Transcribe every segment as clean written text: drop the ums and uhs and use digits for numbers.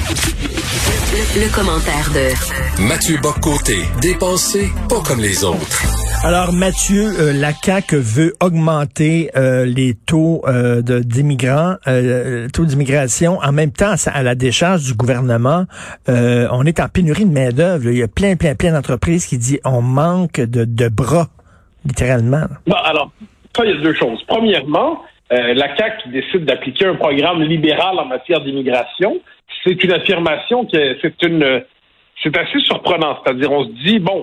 Le commentaire de Mathieu Bock-Côté, dépensé pas comme les autres. Alors Mathieu, la CAQ veut augmenter les taux d'immigrants, taux d'immigration. En même temps, à la décharge du gouvernement, on est en pénurie de main-d'œuvre. Il y a plein d'entreprises qui disent on manque de bras, littéralement. Bon, alors, ça, il y a deux choses. Premièrement, la CAQ qui décide d'appliquer un programme libéral en matière d'immigration, c'est une affirmation c'est assez surprenant. C'est-à-dire, on se dit, bon,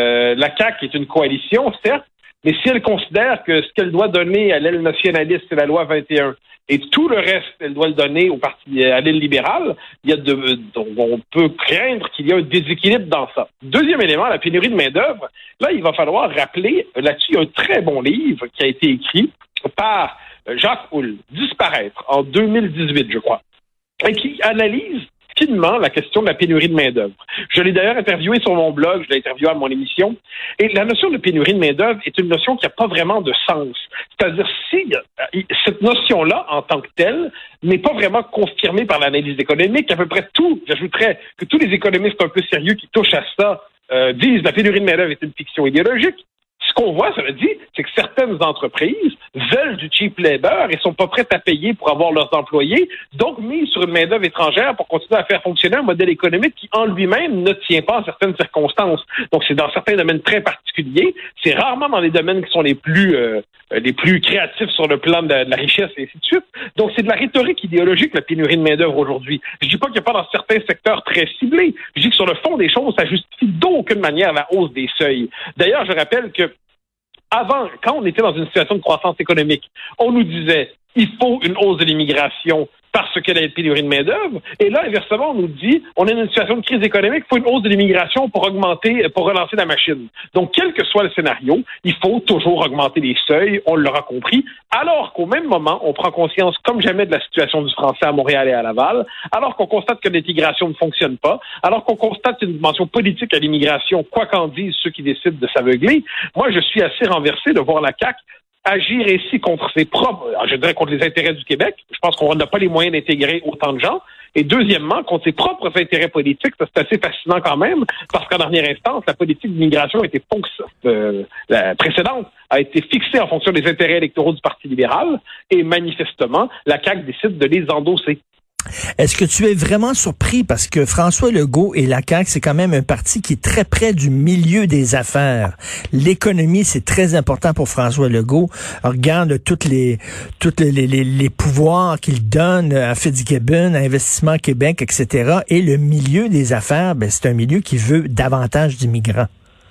la CAQ est une coalition, certes, mais si elle considère que ce qu'elle doit donner à l'aile nationaliste, c'est la loi 21, et tout le reste, elle doit le donner à l'aile libérale, donc on peut craindre qu'il y ait un déséquilibre dans ça. Deuxième élément, la pénurie de main-d'œuvre. Là, il va falloir rappeler, là-dessus, il y a un très bon livre qui a été écrit par Jacques Houle, Disparaître, en 2018, je crois, et qui analyse finement la question de la pénurie de main-d'œuvre. Je l'ai d'ailleurs interviewé sur mon blog, je l'ai interviewé à mon émission, et la notion de pénurie de main-d'œuvre est une notion qui n'a pas vraiment de sens. C'est-à-dire, si cette notion-là, en tant que telle, n'est pas vraiment confirmée par l'analyse économique, à peu près tout, j'ajouterais que tous les économistes un peu sérieux qui touchent à ça disent que la pénurie de main-d'œuvre est une fiction idéologique. Ce qu'on voit, ça veut dire, c'est que certaines entreprises veulent du cheap labor et sont pas prêtes à payer pour avoir leurs employés, donc misent sur une main-d'œuvre étrangère pour continuer à faire fonctionner un modèle économique qui, en lui-même, ne tient pas en certaines circonstances. Donc, c'est dans certains domaines très particuliers. C'est rarement dans les domaines qui sont les plus créatifs sur le plan de la richesse et ainsi de suite. Donc, c'est de la rhétorique idéologique, la pénurie de main-d'œuvre aujourd'hui. Je dis pas qu'il n'y a pas dans certains secteurs très ciblés. Je dis que sur le fond des choses, ça justifie d'aucune manière la hausse des seuils. D'ailleurs, je rappelle que avant, quand on était dans une situation de croissance économique, on nous disait il faut une hausse de l'immigration parce qu'il y a une pénurie de main-d'œuvre. Et là, inversement, on nous dit on est dans une situation de crise économique, il faut une hausse de l'immigration pour relancer la machine. Donc, quel que soit le scénario, il faut toujours augmenter les seuils, on l'aura compris, alors qu'au même moment, on prend conscience comme jamais de la situation du français à Montréal et à Laval, alors qu'on constate que l'intégration ne fonctionne pas, alors qu'on constate une dimension politique à l'immigration, quoi qu'en disent ceux qui décident de s'aveugler. Moi, je suis assez renversé de voir la CAQ agir ici contre contre les intérêts du Québec. Je pense qu'on n'a pas les moyens d'intégrer autant de gens. Et deuxièmement, contre ses propres intérêts politiques, ça, c'est assez fascinant quand même, parce qu'en dernière instance, la politique d'immigration la précédente a été fixée en fonction des intérêts électoraux du Parti libéral, et manifestement, la CAQ décide de les endosser. Est-ce que tu es vraiment surpris parce que François Legault et la CAQ, c'est quand même un parti qui est très près du milieu des affaires. L'économie, c'est très important pour François Legault. Regarde tous les pouvoirs qu'il donne à Fitzgibbon, à Investissement Québec, etc. Et le milieu des affaires, c'est un milieu qui veut davantage d'immigrants.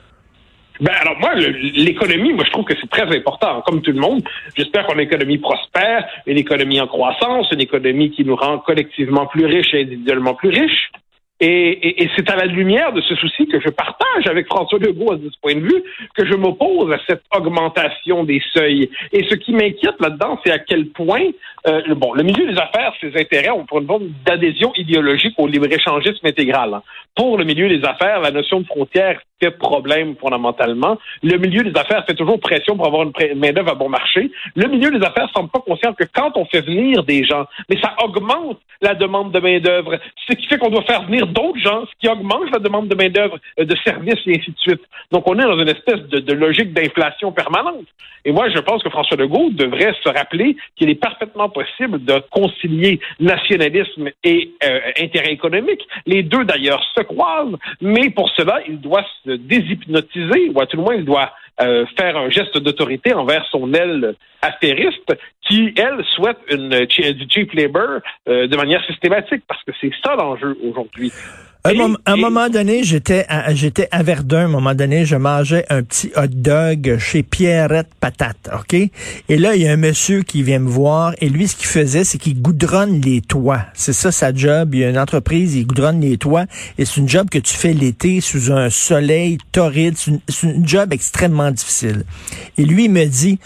Alors moi, l'économie, je trouve que c'est très important. Comme tout le monde, j'espère qu'on a une économie prospère, une économie en croissance, une économie qui nous rend collectivement plus riches et individuellement plus riches. Et c'est à la lumière de ce souci que je partage avec François Legault de ce point de vue que je m'oppose à cette augmentation des seuils. Et ce qui m'inquiète là-dedans, c'est à quel point le milieu des affaires, ses intérêts ont pour une forme d'adhésion idéologique au libre-échangisme intégral. Pour le milieu des affaires, la notion de frontière fait problème fondamentalement. Le milieu des affaires fait toujours pression pour avoir une main-d'œuvre à bon marché. Le milieu des affaires semble pas conscient que quand on fait venir des gens, mais ça augmente la demande de main-d'œuvre, ce qui fait qu'on doit faire venir d'autres gens, ce qui augmente la demande de main-d'œuvre, de services et ainsi de suite. Donc on est dans une espèce de logique d'inflation permanente. Et moi, je pense que François Legault devrait se rappeler qu'il est parfaitement possible de concilier nationalisme et intérêt économique. Les deux, d'ailleurs, se croisent, mais pour cela, il doit se déshypnotiser, ou à tout le moins, il doit faire un geste d'autorité envers son aile affairiste qui, elle, souhaite du cheap labor de manière systématique, parce que c'est ça l'enjeu aujourd'hui. À un moment donné, j'étais à Verdun, à un moment donné, je mangeais un petit hot dog chez Pierrette Patate, OK? Et là, il y a un monsieur qui vient me voir, et lui, ce qu'il faisait, c'est qu'il goudronne les toits. C'est ça, sa job. Il y a une entreprise, il goudronne les toits, et c'est une job que tu fais l'été sous un soleil torride. C'est une job extrêmement difficile. Et lui, il me dit,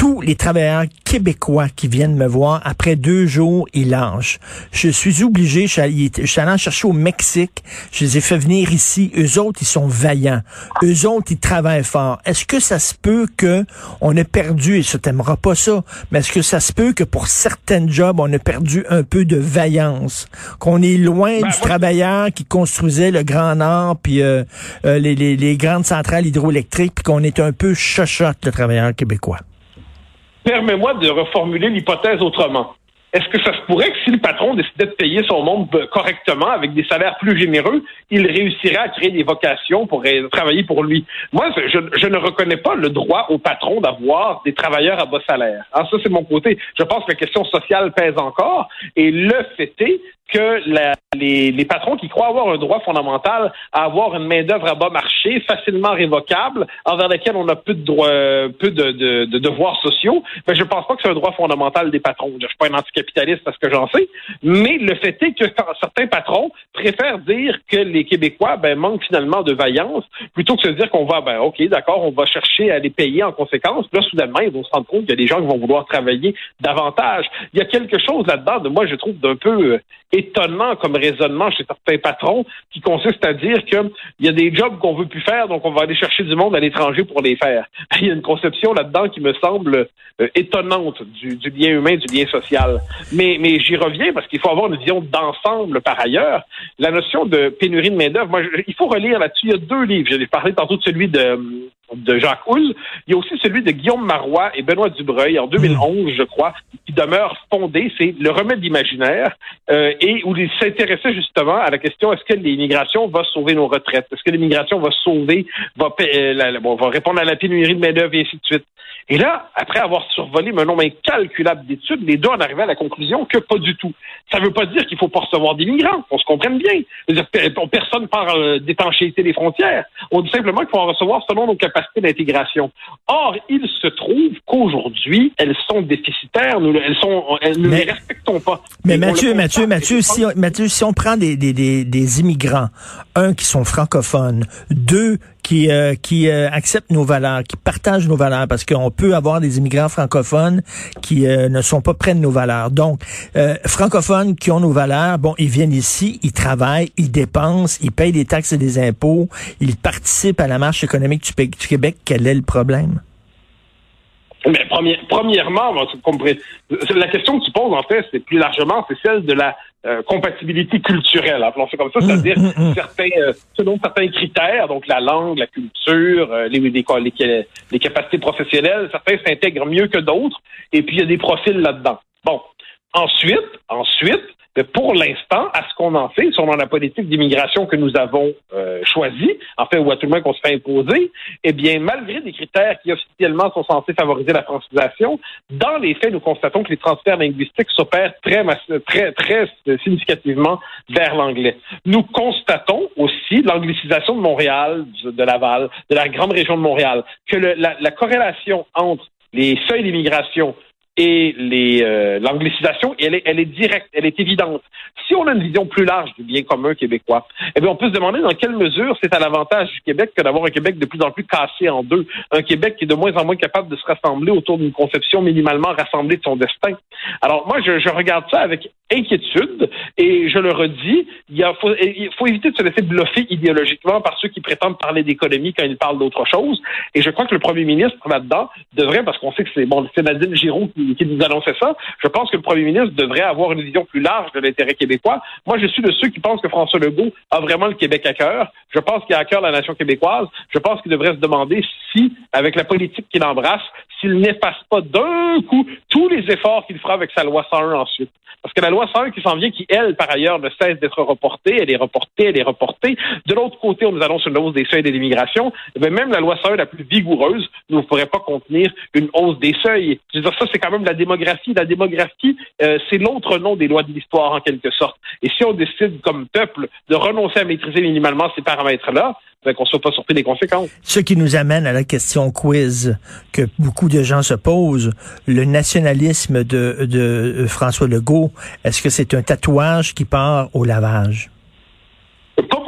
tous les travailleurs québécois qui viennent me voir, après 2 jours, ils lâchent. Je suis obligé, je suis allé en chercher au Mexique, je les ai fait venir ici. Eux autres, ils sont vaillants. Eux autres, ils travaillent fort. Est-ce que ça se peut que on a perdu, et ça t'aimera pas ça, mais est-ce que ça se peut que pour certains jobs, on a perdu un peu de vaillance? Qu'on est loin du travailleur qui construisait le Grand Nord, puis les grandes centrales hydroélectriques, puis qu'on est un peu chochotte, le travailleur québécois? Permets-moi de reformuler l'hypothèse autrement. Est-ce que ça se pourrait que si le patron décidait de payer son monde correctement, avec des salaires plus généreux, il réussirait à créer des vocations pour travailler pour lui? Moi, je ne reconnais pas le droit au patron d'avoir des travailleurs à bas salaire. Alors ça, c'est mon côté. Je pense que la question sociale pèse encore, et le fait est que les patrons qui croient avoir un droit fondamental à avoir une main-d'œuvre à bas marché, facilement révocable, envers laquelle on a peu de devoirs sociaux, mais je pense pas que c'est un droit fondamental des patrons. Je suis pas un anticapitaliste parce que j'en sais, mais le fait est que certains patrons préfèrent dire que les Québécois manquent finalement de vaillance, plutôt que de se dire qu'on va, OK, d'accord, on va chercher à les payer en conséquence. Puis là, soudainement, ils vont se rendre compte qu'il y a des gens qui vont vouloir travailler davantage. Il y a quelque chose là-dedans, moi, je trouve d'un peu étonnant comme raisonnement chez certains patrons, qui consiste à dire qu'il y a des jobs qu'on veut plus faire, donc on va aller chercher du monde à l'étranger pour les faire. Il y a une conception là-dedans qui me semble étonnante du lien humain, du lien social. Mais j'y reviens parce qu'il faut avoir une vision d'ensemble par ailleurs. La notion de pénurie de main-d'œuvre, il faut relire là-dessus. Il y a 2 livres. J'ai parlé tantôt de celui de Jacques Houle. Il y a aussi celui de Guillaume Marois et Benoît Dubreuil, en 2011, je crois, qui demeure fondé. C'est Le remède imaginaire, et où il s'intéressait justement à la question, est-ce que l'immigration va sauver nos retraites? Est-ce que l'immigration va sauver, va répondre à la pénurie de main-d'œuvre et ainsi de suite? Et là, après avoir survolé un nombre incalculable d'études, les deux en arrivaient à la conclusion que pas du tout. Ça ne veut pas dire qu'il faut pas recevoir des migrants, on se comprenne bien. Personne parle d'étanchéité des frontières. On dit simplement qu'il faut en recevoir selon nos capacités d'intégration. Or, il se trouve qu'aujourd'hui, elles sont déficitaires, nous ne les respectons pas. Mais Mathieu, si on prend des immigrants, qui sont francophones, 2 qui acceptent nos valeurs, qui partagent nos valeurs, parce qu'on peut avoir des immigrants francophones qui ne sont pas près de nos valeurs. Donc, francophones qui ont nos valeurs, ils viennent ici, ils travaillent, ils dépensent, ils payent des taxes et des impôts, ils participent à la marche économique du Québec. Quel est le problème? Mais premièrement, la question que tu poses, en fait, c'est plus largement, c'est celle de la compatibilité culturelle. Appelons ça comme ça, c'est-à-dire selon certains critères, donc la langue, la culture, les capacités professionnelles, certains s'intègrent mieux que d'autres, et puis il y a des profils là-dedans. Bon, ensuite, pour l'instant, à ce qu'on en fait, selon la politique d'immigration que nous avons choisie, en fait, ou à tout le moins qu'on se fait imposer, eh bien, malgré des critères qui officiellement sont censés favoriser la francisation, dans les faits, nous constatons que les transferts linguistiques s'opèrent très significativement vers l'anglais. Nous constatons aussi l'anglicisation de Montréal, de Laval, de la grande région de Montréal, que la corrélation entre les seuils d'immigration et l'anglicisation, elle est directe, elle est évidente. Si on a une vision plus large du bien commun québécois, eh bien, on peut se demander dans quelle mesure c'est à l'avantage du Québec que d'avoir un Québec de plus en plus cassé en deux, un Québec qui est de moins en moins capable de se rassembler autour d'une conception minimalement rassemblée de son destin. Alors moi, je regarde ça avec inquiétude, et je le redis, il faut éviter de se laisser bluffer idéologiquement par ceux qui prétendent parler d'économie quand ils parlent d'autre chose, et je crois que le premier ministre là-dedans devrait, parce qu'on sait que c'est Nadine Giraud qui nous annonçait ça, je pense que le premier ministre devrait avoir une vision plus large de l'intérêt québécois. Moi, je suis de ceux qui pensent que François Legault a vraiment le Québec à cœur. Je pense qu'il a à cœur la nation québécoise. Je pense qu'il devrait se demander si, avec la politique qu'il embrasse, s'il n'efface pas d'un coup tous les efforts qu'il fera avec sa loi 101 ensuite. Parce que la loi 101 qui s'en vient, qui, elle, par ailleurs, ne cesse d'être reportée, elle est reportée. De l'autre côté, on nous annonce une hausse des seuils de l'immigration. Mais même la loi 101 la plus vigoureuse ne pourrait pas contenir une hausse des seuils. Je veux dire, ça, c'est quand même la démographie. La démographie, c'est l'autre nom des lois de l'histoire, en quelque sorte. Et si on décide, comme peuple, de renoncer à maîtriser minimalement ces paramètres-là, qu'on ne soit pas surpris des conséquences. Ce qui nous amène à la question quiz que beaucoup de gens se posent. Le nationalisme de François Legault, est-ce que c'est un tatouage qui part au lavage? Pas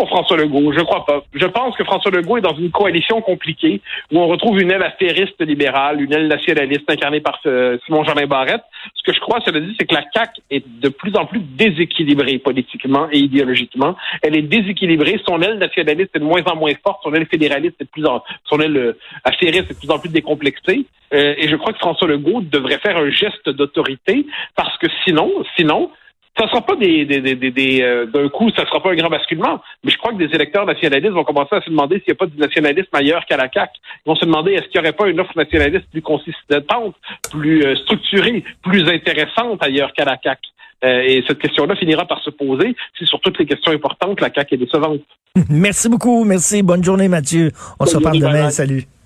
pour François Legault. Je crois pas. Je pense que François Legault est dans une coalition compliquée où on retrouve une aile affairiste libérale, une aile nationaliste incarnée par Simon-Jolin Barrette. Ce que je crois, cela dit, c'est que la CAQ est de plus en plus déséquilibrée politiquement et idéologiquement. Elle est déséquilibrée. Son aile nationaliste est de moins en moins forte. Son aile fédéraliste son aile affairiste est de plus en plus décomplexée. Et je crois que François Legault devrait faire un geste d'autorité parce que sinon, ça sera pas d'un coup, ça sera pas un grand basculement. Mais je crois que des électeurs nationalistes vont commencer à se demander s'il n'y a pas du nationalisme ailleurs qu'à la CAQ. Ils vont se demander est-ce qu'il n'y aurait pas une offre nationaliste plus consistante, plus structurée, plus intéressante ailleurs qu'à la CAQ. Et cette question-là finira par se poser si sur toutes les questions importantes, la CAQ est décevante. Merci beaucoup. Merci. Bonne journée, Mathieu. On se reparle demain. Salut.